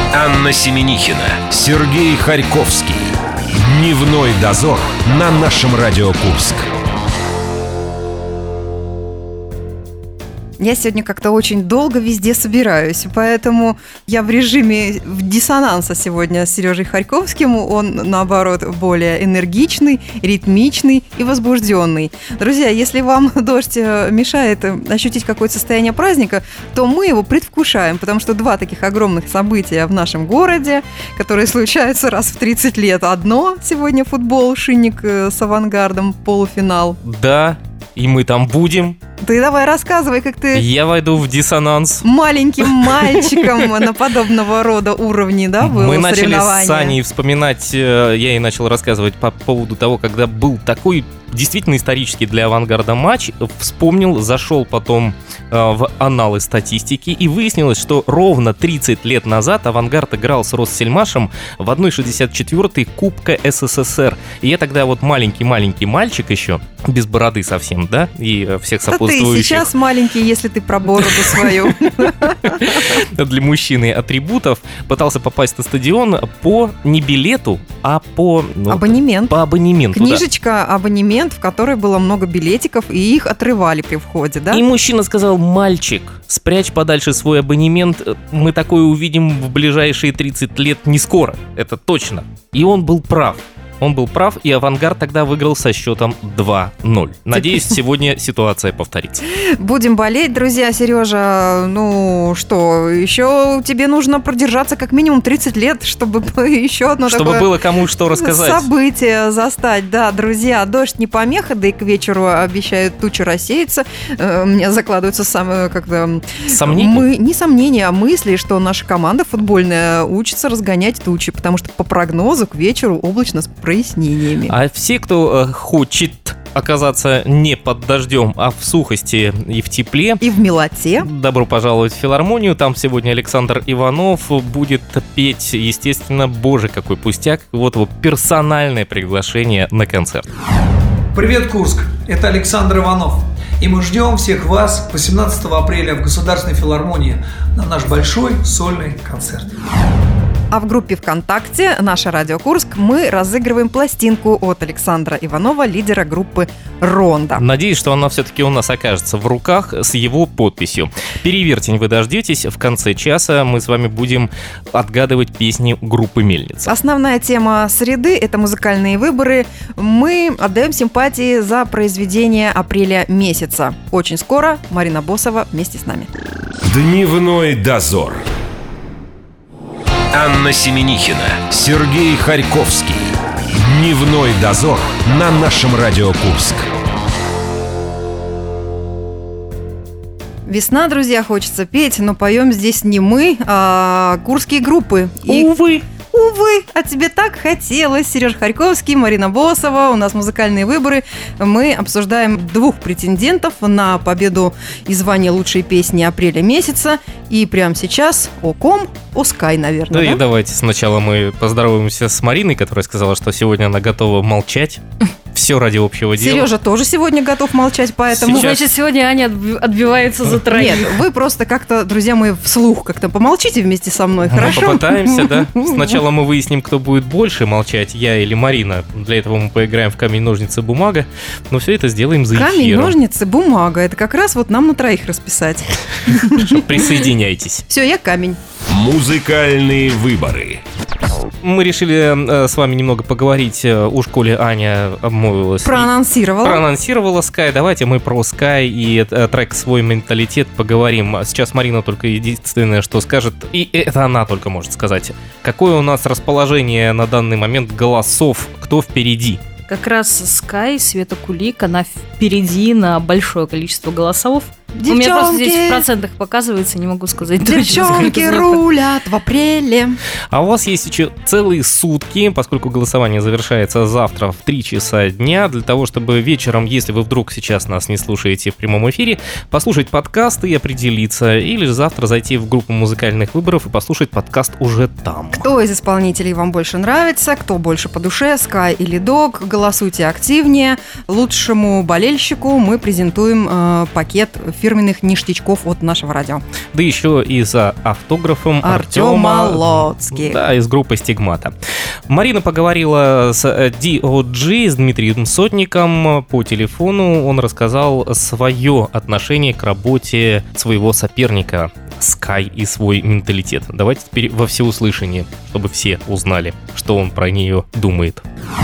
Анна Семенихина, Сергей Харьковский. Дневной дозор на нашем Радио Курск. Я сегодня как-то очень долго везде собираюсь, поэтому я в режиме диссонанса сегодня с Сережей Харьковским. Он, наоборот, более энергичный, ритмичный и возбужденный. Друзья, если вам дождь мешает ощутить какое-то состояние праздника, то мы его предвкушаем, потому что два таких огромных события в нашем городе, которые случаются раз в 30 лет. Одно сегодня футбол, Шинник с Авангардом, полуфинал. Да, и мы там будем. Ты давай рассказывай, как ты... Я войду в диссонанс. Маленьким мальчиком на подобного рода уровне, да, было Мы начали соревнование? с Саней вспоминать, я ей начал рассказывать по поводу того, когда был такой действительно исторический для «Авангарда» матч. Вспомнил, зашел потом в аналы статистики, и выяснилось, что ровно 30 лет назад «Авангард» играл с Россельмашем в 1/64 Кубка СССР. И я тогда вот маленький мальчик еще, без бороды совсем, да, и всех сопутствующих. Ты сейчас маленький, если ты про бороду свою. Для мужчины атрибутов пытался попасть на стадион по не билету, а по... Абонемент. По абонементу, Книжечка, абонемент, в которой было много билетиков, и их отрывали при входе, да? И мужчина сказал: мальчик, спрячь подальше свой абонемент, мы такое увидим в ближайшие 30 лет не скоро, это точно. И он был прав. Он был прав, и «Авангард» тогда выиграл со счетом 2-0. Надеюсь, сегодня ситуация повторится. Будем болеть, друзья. Сережа, ну что, еще тебе нужно продержаться как минимум 30 лет, чтобы еще одно чтобы такое... было кому что рассказать. Событие застать, да, друзья. Дождь не помеха, да и к вечеру обещают тучи рассеяться. Мне закладываются как-то... Сомнения? Не сомнения, а мысли, что наша команда футбольная учится разгонять тучи, потому что по прогнозу к вечеру облачно с прояснениями. А все, кто хочет оказаться не под дождем, а в сухости и в тепле, и в милоте, добро пожаловать в филармонию. Там сегодня Александр Иванов будет петь, естественно, боже, какой пустяк. Вот его персональное приглашение на концерт. Привет, Курск! Это Александр Иванов. И мы ждем всех вас 18 апреля в Государственной филармонии на наш большой сольный концерт. А в группе ВКонтакте «Наше Радио Курск» мы разыгрываем пластинку от Александра Иванова, лидера группы «Ронда». Надеюсь, что она все-таки у нас окажется в руках с его подписью. Перевертень вы дождетесь. В конце часа мы с вами будем отгадывать песни группы «Мельница». Основная тема среды – это музыкальные выборы. Мы отдаем симпатии за произведение апреля месяца. Очень скоро Марина Босова вместе с нами. Дневной дозор. Анна Семенихина, Сергей Харьковский. Дневной дозор на нашем Радио Курск. Весна, друзья, хочется петь, но поем здесь не мы, а курские группы. Увы, а тебе так хотелось. Сережа Харьковский, Марина Босова. У нас музыкальные выборы. Мы обсуждаем двух претендентов на победу и звание лучшей песни апреля месяца. И прямо сейчас о ком? О Скай, наверное. Да, и давайте сначала мы поздороваемся с Мариной, которая сказала, что сегодня она готова молчать. Все ради общего дела. Сережа тоже сегодня готов молчать, поэтому... Сейчас. Значит, сегодня Аня отбивается за троих. Нет, вы просто как-то, друзья мои, вслух как-то помолчите вместе со мной, хорошо? Мы попытаемся, да. Сначала мы выясним, кто будет больше молчать, я или Марина. Для этого мы поиграем в камень, ножницы, бумага. Но все это сделаем за эфиром. Камень, ножницы, бумага. Это как раз вот нам на троих расписать. Присоединяйтесь. Все, я камень. Музыкальные выборы. Мы решили с вами немного поговорить о школе. Аня обмолвилась. Проанонсировала Sky. Давайте мы про Sky и трек «Свой менталитет» поговорим. Сейчас Марина только единственное, что скажет, и это она только может сказать. Какое у нас расположение на данный момент голосов? Кто впереди? Как раз Sky, Света Кулик, она впереди на большое количество голосов. Девчонки, у меня просто здесь в процентах показывается, не могу сказать точно. Девчонки рулят в апреле. А у вас есть еще целые сутки, поскольку голосование завершается завтра в 3 часа дня, для того, чтобы вечером, если вы вдруг сейчас нас не слушаете в прямом эфире, послушать подкасты и определиться, или завтра зайти в группу музыкальных выборов и послушать подкаст уже там. Кто из исполнителей вам больше нравится, кто больше по душе, Sky или Dog, голосуйте активнее. Лучшему болельщику мы презентуем пакет фирменных ништячков от нашего радио. Да еще и за автографом Артема Лоцких. Да, из группы «Стигмата». Марина поговорила с DOG, с Дмитрием Сотником по телефону. Он рассказал свое отношение к работе своего соперника Sky и свой менталитет. Давайте теперь во всеуслышание, чтобы все узнали, что он про нее думает.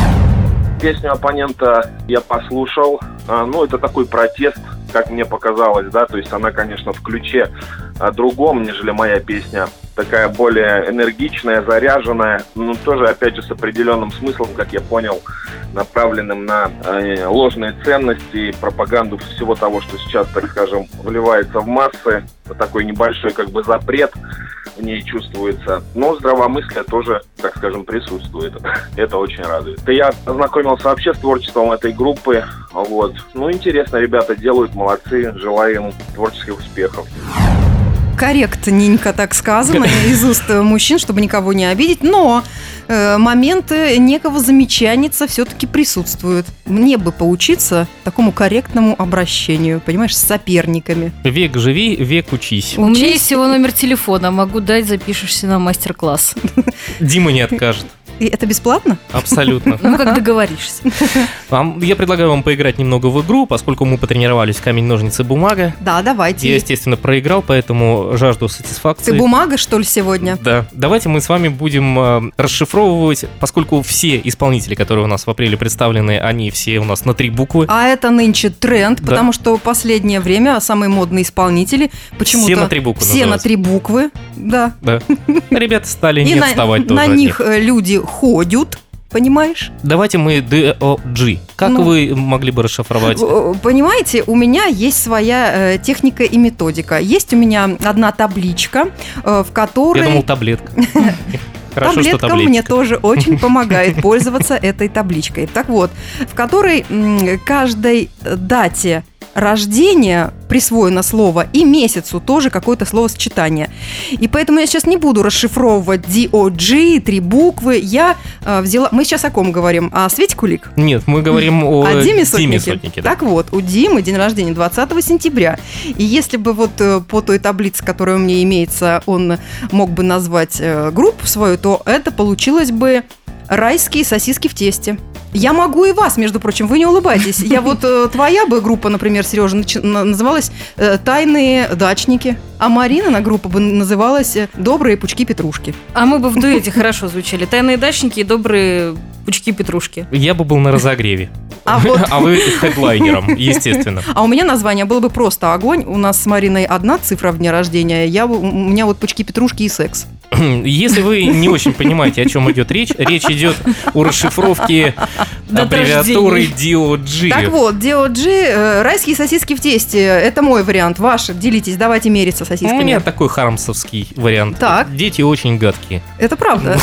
Песню оппонента я послушал. Это такой протест, как мне показалось, да, то есть она, конечно, в ключе другом, нежели моя песня. Такая более энергичная, заряженная, но тоже, опять же, с определенным смыслом, как я понял, направленным на ложные ценности и пропаганду всего того, что сейчас, так скажем, вливается в массы. Такой небольшой, запрет в ней чувствуется. Но здравомыслие тоже, так скажем, присутствует. Это очень радует. Я ознакомился вообще с творчеством этой группы. Интересно, ребята делают, молодцы. Желаю им творческих успехов. Корректненько так сказано из уст мужчин, чтобы никого не обидеть, но моменты некого замечаница все-таки присутствуют. Мне бы поучиться такому корректному обращению, понимаешь, с соперниками. Век живи, век учись. У меня есть его номер телефона, могу дать, запишешься на мастер-класс. Дима не откажет. И это бесплатно? Абсолютно. Как договоришься. Я предлагаю вам поиграть немного в игру, поскольку мы потренировались в камень, ножницы, бумага. Да, давайте. Я, естественно, проиграл, поэтому жажду сатисфакции. Ты бумага, что ли, сегодня? Да. Давайте мы с вами будем расшифровывать, поскольку все исполнители, которые у нас в апреле представлены, они все у нас на 3 буквы. А это нынче тренд, да. Потому что последнее время самые модные исполнители почему-то... Все на 3 буквы Все на 3 буквы, да. Ребята стали не отставать тоже. На них люди ходят, понимаешь? Давайте мы DOG. Как вы могли бы расшифровать? Понимаете, у меня есть своя техника и методика. Есть у меня одна табличка, в которой... Я думал, таблетка. Хорошо, что таблетка мне тоже очень помогает пользоваться этой табличкой. Так вот, в которой каждой дате рождения присвоено слово и месяцу тоже какое-то словосочетание. И поэтому я сейчас не буду расшифровывать DOG, 3 буквы. Я взяла... Мы сейчас о ком говорим? О Свете Кулик? Нет, мы говорим о Диме Сотнике. Да. Так вот, у Димы день рождения 20 сентября. И если бы по той таблице, которая у меня имеется, он мог бы назвать группу свою, то это получилось бы «Райские сосиски в тесте». Я могу и вас, между прочим, вы не улыбайтесь. Я твоя бы группа, например, Сережа, называлась «Тайные дачники», а Марина группа бы называлась «Добрые пучки-петрушки». А мы бы в дуэте хорошо звучали. «Тайные дачники» и «Добрые пучки-петрушки». Я бы был на разогреве. А вы хедлайнером, естественно. А у меня название было бы просто «Огонь». У нас с Мариной одна цифра в дне рождения. У меня пучки-петрушки и секс. Если вы не очень понимаете, о чем идет речь идет о расшифровке аббревиатуры DOG. Так вот, DOG, райские сосиски в тесте, это мой вариант. Ваш, делитесь, давайте мериться сосисками. У меня такой хармсовский вариант. Так. Дети очень гадкие. Это правда.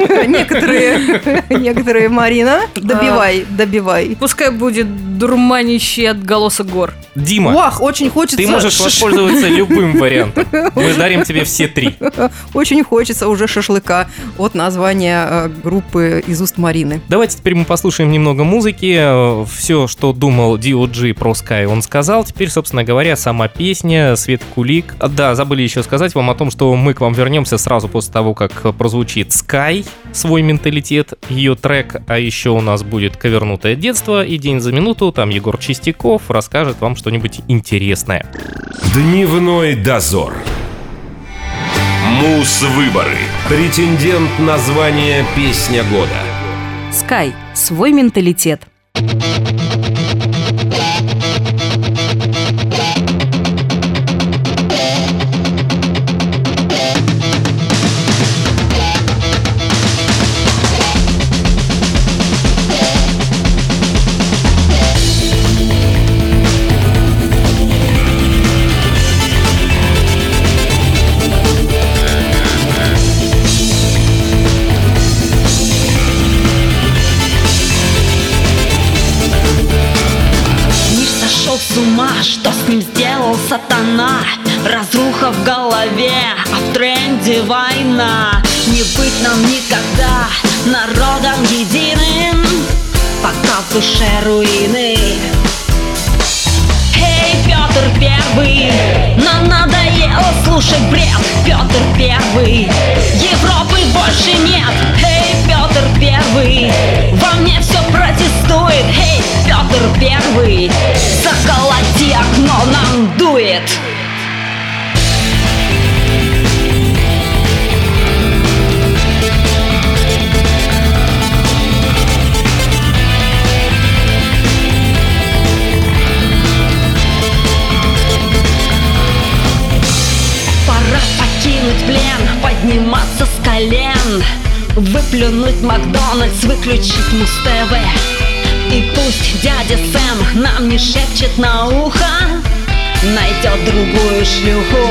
Некоторые, Марина, добивай. Пускай будет дурманящий отголосок гор. Дима, очень хочется... Ты можешь воспользоваться любым вариантом. Мы дарим тебе все 3. Очень хочется уже шашлыка от названия группы из уст Марины. Давайте теперь мы послушаем немного музыки. Все, что думал DOG про Sky, он сказал. Теперь, собственно говоря, сама песня «Света Кулик». Да, забыли еще сказать вам о том, что мы к вам вернемся сразу после того, как прозвучит Sky, свой менталитет, ее трек. А еще у нас будет «Ковернутое детство» и «День за минуту». Там Егор Чистяков расскажет вам что-нибудь интересное. Дневной дозор. Муз-выборы. Претендент на звание «Песня года». Sky. Свой менталитет. Что с ним сделал сатана? Разруха в голове, а в тренде война. Не быть нам никогда народом единым, пока в душе руины. Эй, Петр! Петр Первый. Нам надоело слушать бред, Петр Первый. Европы больше нет, эй, Петр Первый. Во мне все протестует, эй, Петр Первый. Заколоти окно, нам дует. Плен, подниматься с колен, выплюнуть Макдональдс, выключить Муз-ТВ. И пусть дядя Сэм нам не шепчет на ухо, найдет другую шлюху.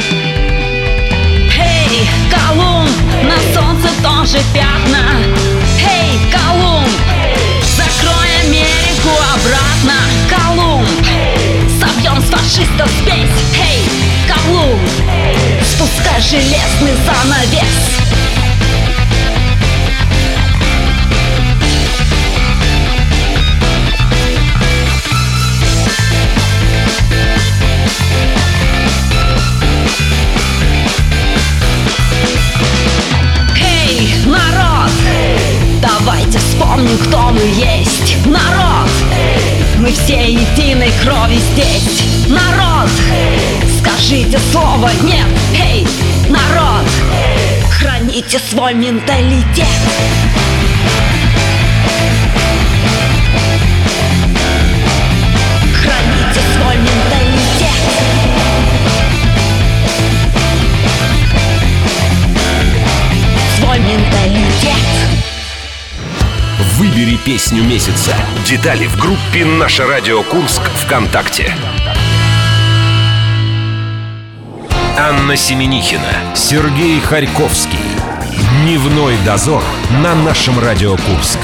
Эй, Колумб, на солнце тоже пятна. Эй, Колумб, закрой Америку обратно. Колумб, собьем с фашистов спесь. Эй, Колумб, спускай железный занавес. Эй, народ, давайте вспомним, кто мы есть. Народ, мы все единой крови здесь. Народ, скажите слово нет. Эй, народ, храните свой менталитет. Храните свой менталитет. Свой менталитет. Выбери песню месяца. Детали в группе «Наше радио Курск» ВКонтакте. Анна Семенихина, Сергей Харьковский. Дневной дозор на нашем Радио Курск.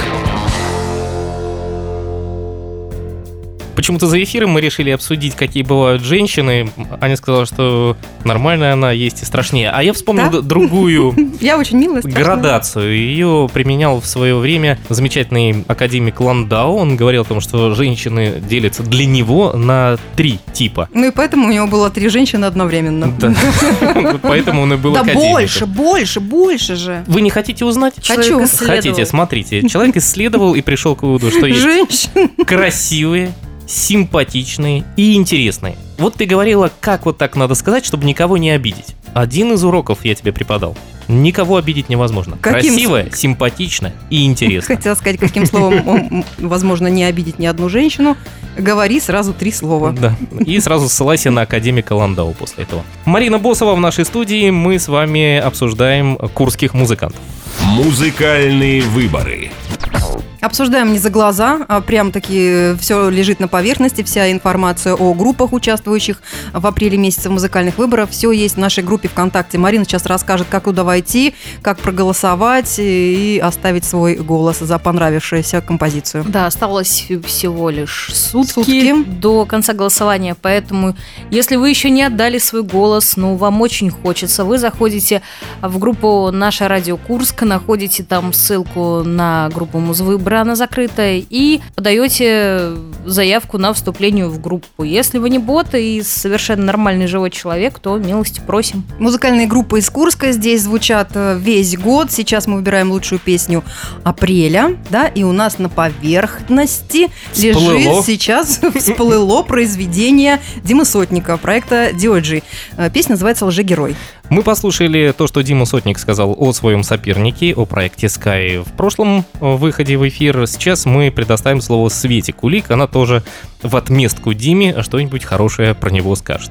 Почему-то за эфиром мы решили обсудить, какие бывают женщины. Аня сказала, что нормальная она есть и страшнее. А я вспомнил другую Я очень милая, страшная. градацию. Ее применял в свое время замечательный академик Ландау. Он говорил о том, что женщины делятся для него на 3 типа. Ну и поэтому у него было 3 женщины одновременно. Да. Поэтому он и был Да академиком. больше же. Вы не хотите узнать? Хочу. Хотите, смотрите. Человек исследовал и пришел к выводу, что есть Женщин. красивые, симпатичные и интересные. Вот ты говорила, как вот так надо сказать, чтобы никого не обидеть. Один из уроков я тебе преподал. Никого обидеть невозможно. Каким? Красивая, симпатичная и интересная. Хотела сказать, каким словом возможно не обидеть ни одну женщину. Говори сразу 3 слова. Да. И сразу ссылайся на академика Ландау после этого. Марина Босова в нашей студии. Мы с вами обсуждаем курских музыкантов. Музыкальные выборы. Обсуждаем не за глаза, а прям-таки все лежит на поверхности, вся информация о группах, участвующих в апреле месяце в музыкальных выборах, все есть в нашей группе ВКонтакте. Марина сейчас расскажет, как туда войти, как проголосовать и оставить свой голос за понравившуюся композицию. Да, осталось всего лишь сутки Сутки. до конца голосования, поэтому если вы еще не отдали свой голос, но вам очень хочется, вы заходите в группу «Наше радио Курск», находите там ссылку на группу Музвыбора, она закрытая, и подаете заявку на вступление в группу. Если вы не бот и совершенно нормальный живой человек, то милости просим. Музыкальные группы из Курска здесь звучат весь год. Сейчас мы выбираем лучшую песню апреля, да, и у нас на поверхности лежит сейчас всплыло произведение Димы Сотника, проекта DOG. Песня называется «Лжегерой». Мы послушали то, что Дима Сотник сказал о своем сопернике, о проекте Sky в прошлом выходе в эфир. Сейчас мы предоставим слово Свете Кулик. Она тоже в отместку Диме что-нибудь хорошее про него скажет.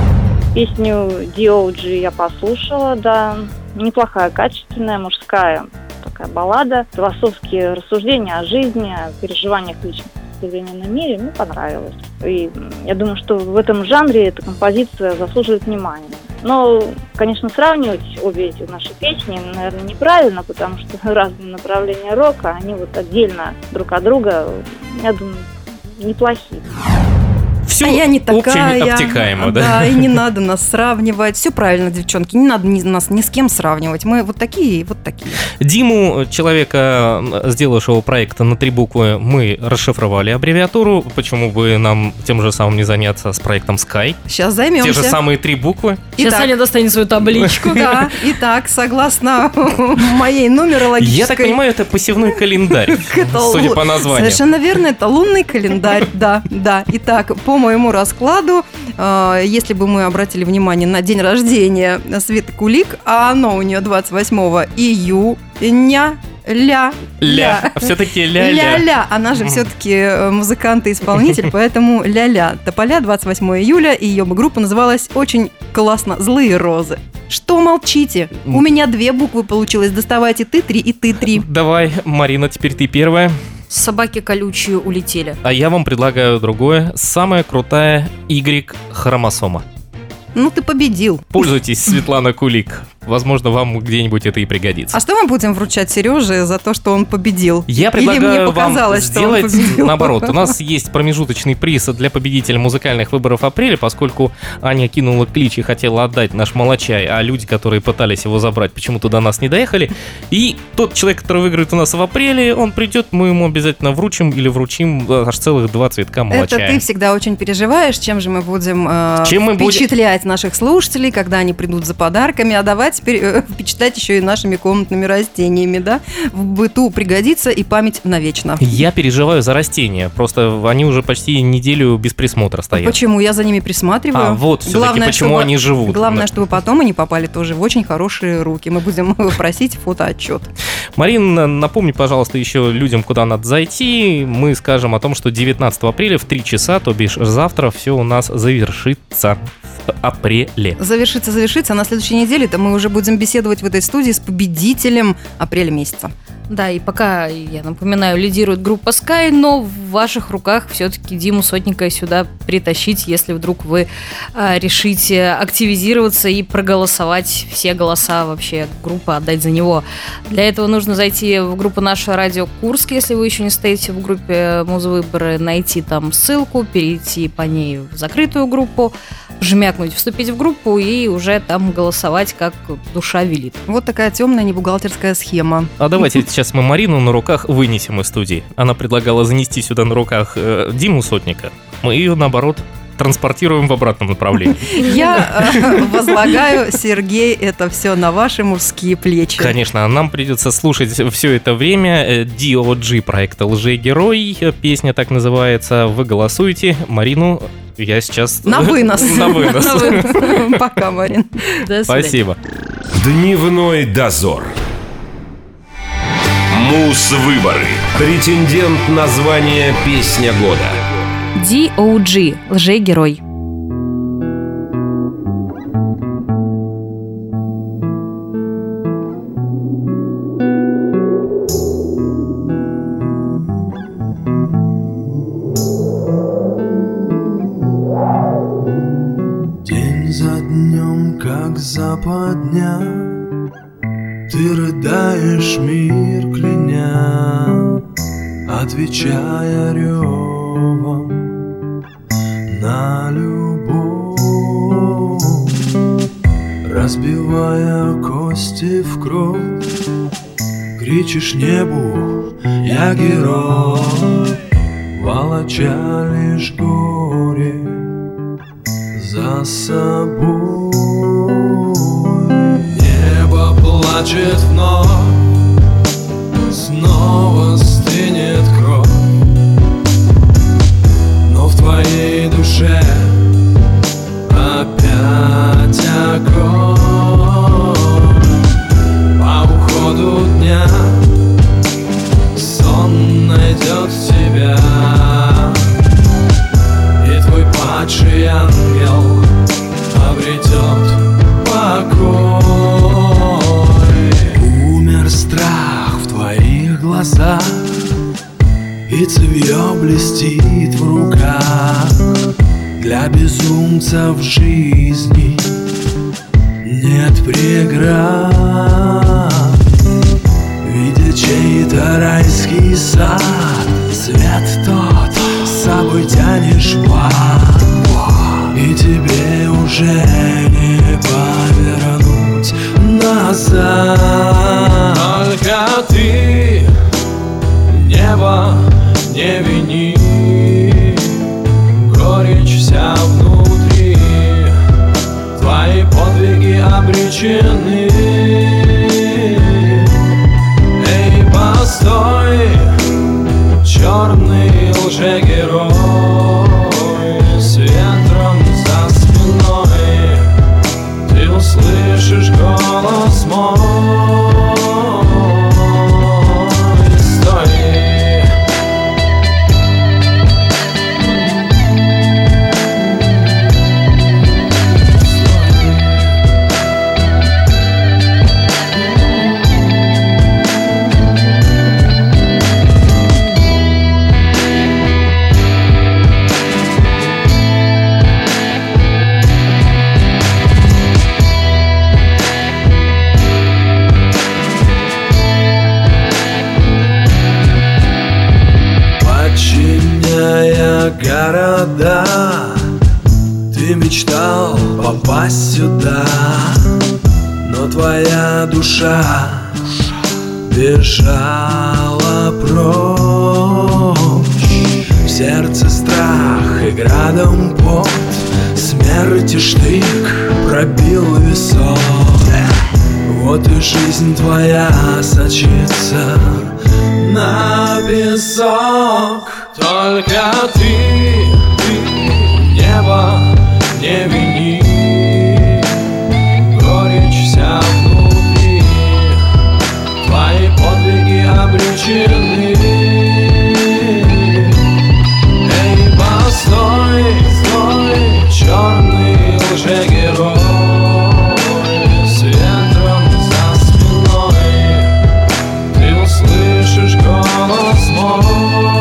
Песню DOG я послушала, да, неплохая, качественная, мужская такая баллада, философские рассуждения о жизни, о переживаниях личных в современном мире, мне понравилось. И я думаю, что в этом жанре эта композиция заслуживает внимания. Но, конечно, сравнивать обе эти наши песни, наверное, неправильно, потому что разные направления рока, они вот отдельно друг от друга, я думаю, неплохие. Все я не такая. общеобтекаемо, да? Да, и не надо нас сравнивать. Все правильно, девчонки, не надо нас ни с кем сравнивать. Мы вот такие и вот такие. Диму, человека, сделавшего проекта на 3 буквы, мы расшифровали аббревиатуру. Почему бы нам тем же самым не заняться с проектом Sky? Сейчас займемся. Те же самые 3 буквы. Сейчас Итак. Аня достанет свою табличку. Да, итак, согласно моей нумерологической... Я так понимаю, это посевной календарь, судя по названию. Совершенно верно, это лунный календарь, да. Итак, по моему раскладу, если бы мы обратили внимание на день рождения Светы Кулик, а оно у нее 28 июня, Все-таки ля-ля. Ля-ля. Она же все-таки музыкант и исполнитель, поэтому ля-ля. Тополя, 28 июля, и ее группа называлась очень классно «Злые розы». Что молчите? У меня 2 буквы получилось. Доставайте ты 3 и ты 3. Давай, Марина, теперь ты первая. Собаки колючие улетели. А я вам предлагаю другое. Самая крутая Y-хромосома. Ну, ты победил. Пользуйтесь, Светлана Кулик. Возможно, вам где-нибудь это и пригодится. А что мы будем вручать Сереже за то, что он победил? Я Или мне предлагаю вам показалось, что он сделать победил? наоборот. У нас есть промежуточный приз для победителя музыкальных выборов апреля, поскольку Аня кинула клич и хотела отдать наш молочай, а люди, которые пытались его забрать, почему-то до нас не доехали. И тот человек, который выиграет у нас в апреле, он придет, мы ему обязательно вручим или вручим аж целых 2 цветка молочая. Это ты всегда очень переживаешь, чем же мы будем впечатлять наших слушателей, когда они придут за подарками, а давай теперь впечатлять еще и нашими комнатными растениями, да? В быту пригодится и память навечно. Я переживаю за растения, просто они уже почти неделю без присмотра стоят. Почему? Я за ними присматриваю. А вот все-таки почему они живут. Главное, чтобы потом они попали тоже в очень хорошие руки. Мы будем просить фотоотчет. Марин, напомни, пожалуйста, еще людям, куда надо зайти. Мы скажем о том, что 19 апреля в 3 часа, то бишь завтра, все у нас завершится в апреле. Завершится. А на следующей неделе-то мы уже будем беседовать в этой студии с победителем апреля месяца. Да, и пока, я напоминаю, лидирует группа Sky, но в ваших руках все-таки Диму Сотника сюда притащить, если вдруг вы решите активизироваться и проголосовать все голоса вообще группы, отдать за него. Для этого нужно зайти в группу «Наше радио Курск», если вы еще не стоите в группе Музвыборы, найти там ссылку, перейти по ней в закрытую группу, жмякнуть, вступить в группу и уже там голосовать, как душа велит. Вот такая темная небухгалтерская схема. А давайте сейчас мы Марину на руках вынесем из студии. Она предлагала занести сюда на руках Диму Сотника. Мы ее, наоборот, транспортируем в обратном направлении. Я возлагаю, Сергей, это все на ваши мужские плечи. Конечно, нам придется слушать все это время DOG проекта «Лжегерой». Песня так называется. Вы голосуете. Марину я сейчас... На вынос. На вынос. Пока, Марин. Спасибо. Дневной дозор. Музвыборы. Претендент на звание «Песня года». DOG «Лжегерой». День за днем, как западня, ты рыдаешь, мир кляня, отвечая ревом на любовь, разбивая кости в кровь, кричишь небу: я герой, волоча лишь горе за собой. Небо плачет вновь, снова стынет кровь, но в твоей душе опять огонь. По уходу дня сон найдет тебя, и твой падший ангел обретет покой. Умер страх в твоих глазах, и цевьё блестит в руках. Для безумца в жизни нет преград. Видя чей-то райский сад, свет тот с собой тянешь в ад. душа бежала прочь. В сердце страх и градом пот, смерти штык пробил висок. Вот и жизнь твоя сочится на песок. Только ты небо не вини, горечь вся внутри, твои подвиги обречены. Эй, постой, стой, черный лжегерой, с ветром за спиной ты услышишь голос мой.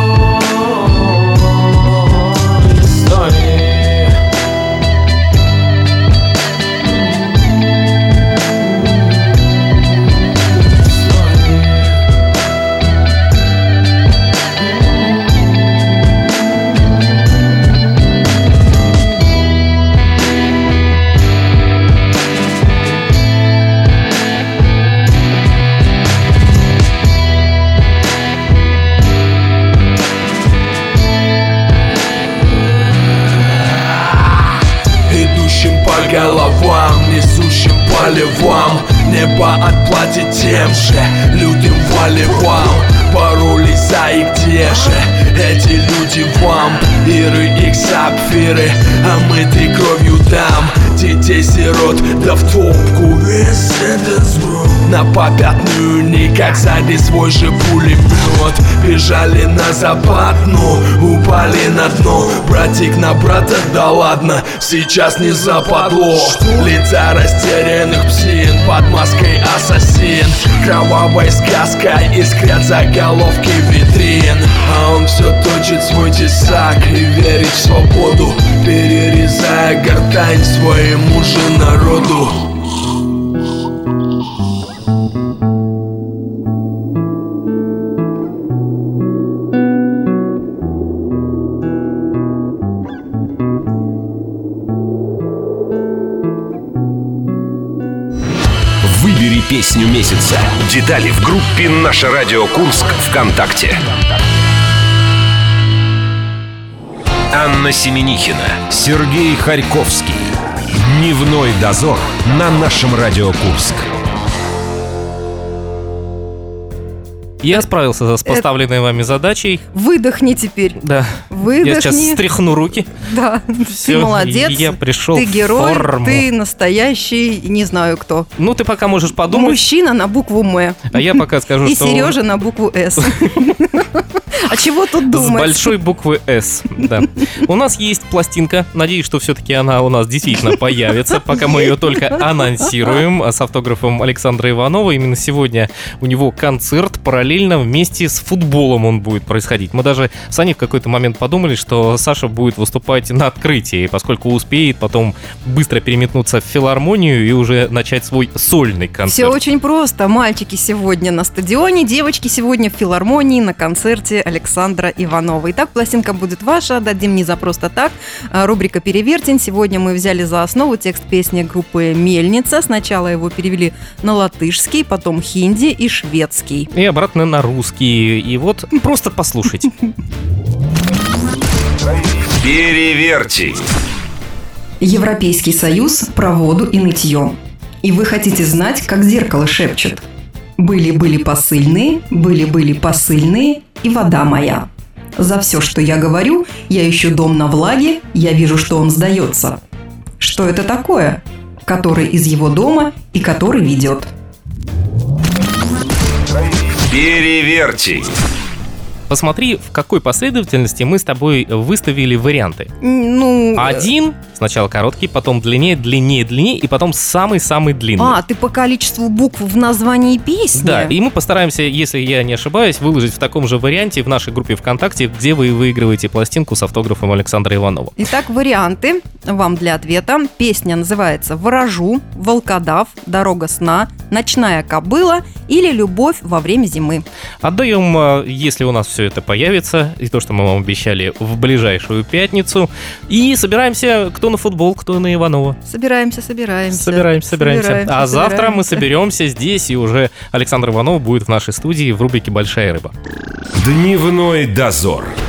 Головам, несущим по левам, небо отплатит тем же лютым волевам. Пароли за и где же эти люди вам? Иры, их сапфиры, омытый кровью дам, детей-сирот, да в топку весь этот сброд. На попятную никак сзади свой же пулемет. Бежали на западну, упали на дно. Братик на брата, да ладно, сейчас не западло. Лица растерянных псин под маской ассасин. Кровавой сказкой искрят заголовки витрин. А он все точит свой тесак и верит в свободу, перерезая гортань своему же народу. Выбери песню месяца. Детали в группе «Наше радио Курск» ВКонтакте. Анна Семенихина, Сергей Харьковский. Дневной дозор на нашем радио Курск. Я справился с поставленной вами задачей. Выдохни теперь. Да. Выдохни. Я сейчас стряхну руки. Да, Всё, ты молодец. я пришел ты герой, в форму. ты настоящий, не знаю кто. Ну, ты пока можешь подумать. Мужчина на букву М. А я пока скажу, И что... Сережа на букву С. А чего тут думать? С большой буквы «С», да. У нас есть пластинка. Надеюсь, что все-таки она у нас действительно появится, пока мы ее только анонсируем. С автографом Александра Иванова. Именно сегодня у него концерт. Параллельно вместе с футболом он будет происходить. Мы даже с Аней в какой-то момент подумали, что Саша будет выступать на открытии, поскольку успеет потом быстро переметнуться в филармонию и уже начать свой сольный концерт. Все очень просто. Мальчики сегодня на стадионе, девочки сегодня в филармонии на концерте Александра Иванова. Итак, пластинка будет ваша, дадим не за просто так. Рубрика «Перевертень». Сегодня мы взяли за основу текст песни группы «Мельница». Сначала его перевели на латышский, потом хинди и шведский. И обратно на русский. И вот просто послушайте. Перевертень. Европейский союз про воду и нытье. И вы хотите знать, как зеркало шепчет. Были-были посыльные, были-были посыльные, и вода моя. За все, что я говорю, я ищу дом на влаге, я вижу, что он сдается. Что это такое? Который из его дома и который ведет. Перевертень. Посмотри, в какой последовательности мы с тобой выставили варианты. Ну... Один, сначала короткий, потом длиннее, длиннее, длиннее, и потом самый-самый длинный. А, ты по количеству букв в названии песни? Да, и мы постараемся, если я не ошибаюсь, выложить в таком же варианте в нашей группе ВКонтакте, где вы выигрываете пластинку с автографом Александра Иванова. Итак, варианты вам для ответа. Песня называется «Ворожу», «Волкодав», «Дорога сна», «Ночная кобыла» или «Любовь во время зимы». Отдаем, если у нас все это появится, и то, что мы вам обещали, в ближайшую пятницу. И собираемся, кто кто на футбол, кто на Иванова. Собираемся. Собираемся. А завтра мы соберемся здесь, и уже Александр Иванов будет в нашей студии в рубрике «Большая рыба». Дневной дозор.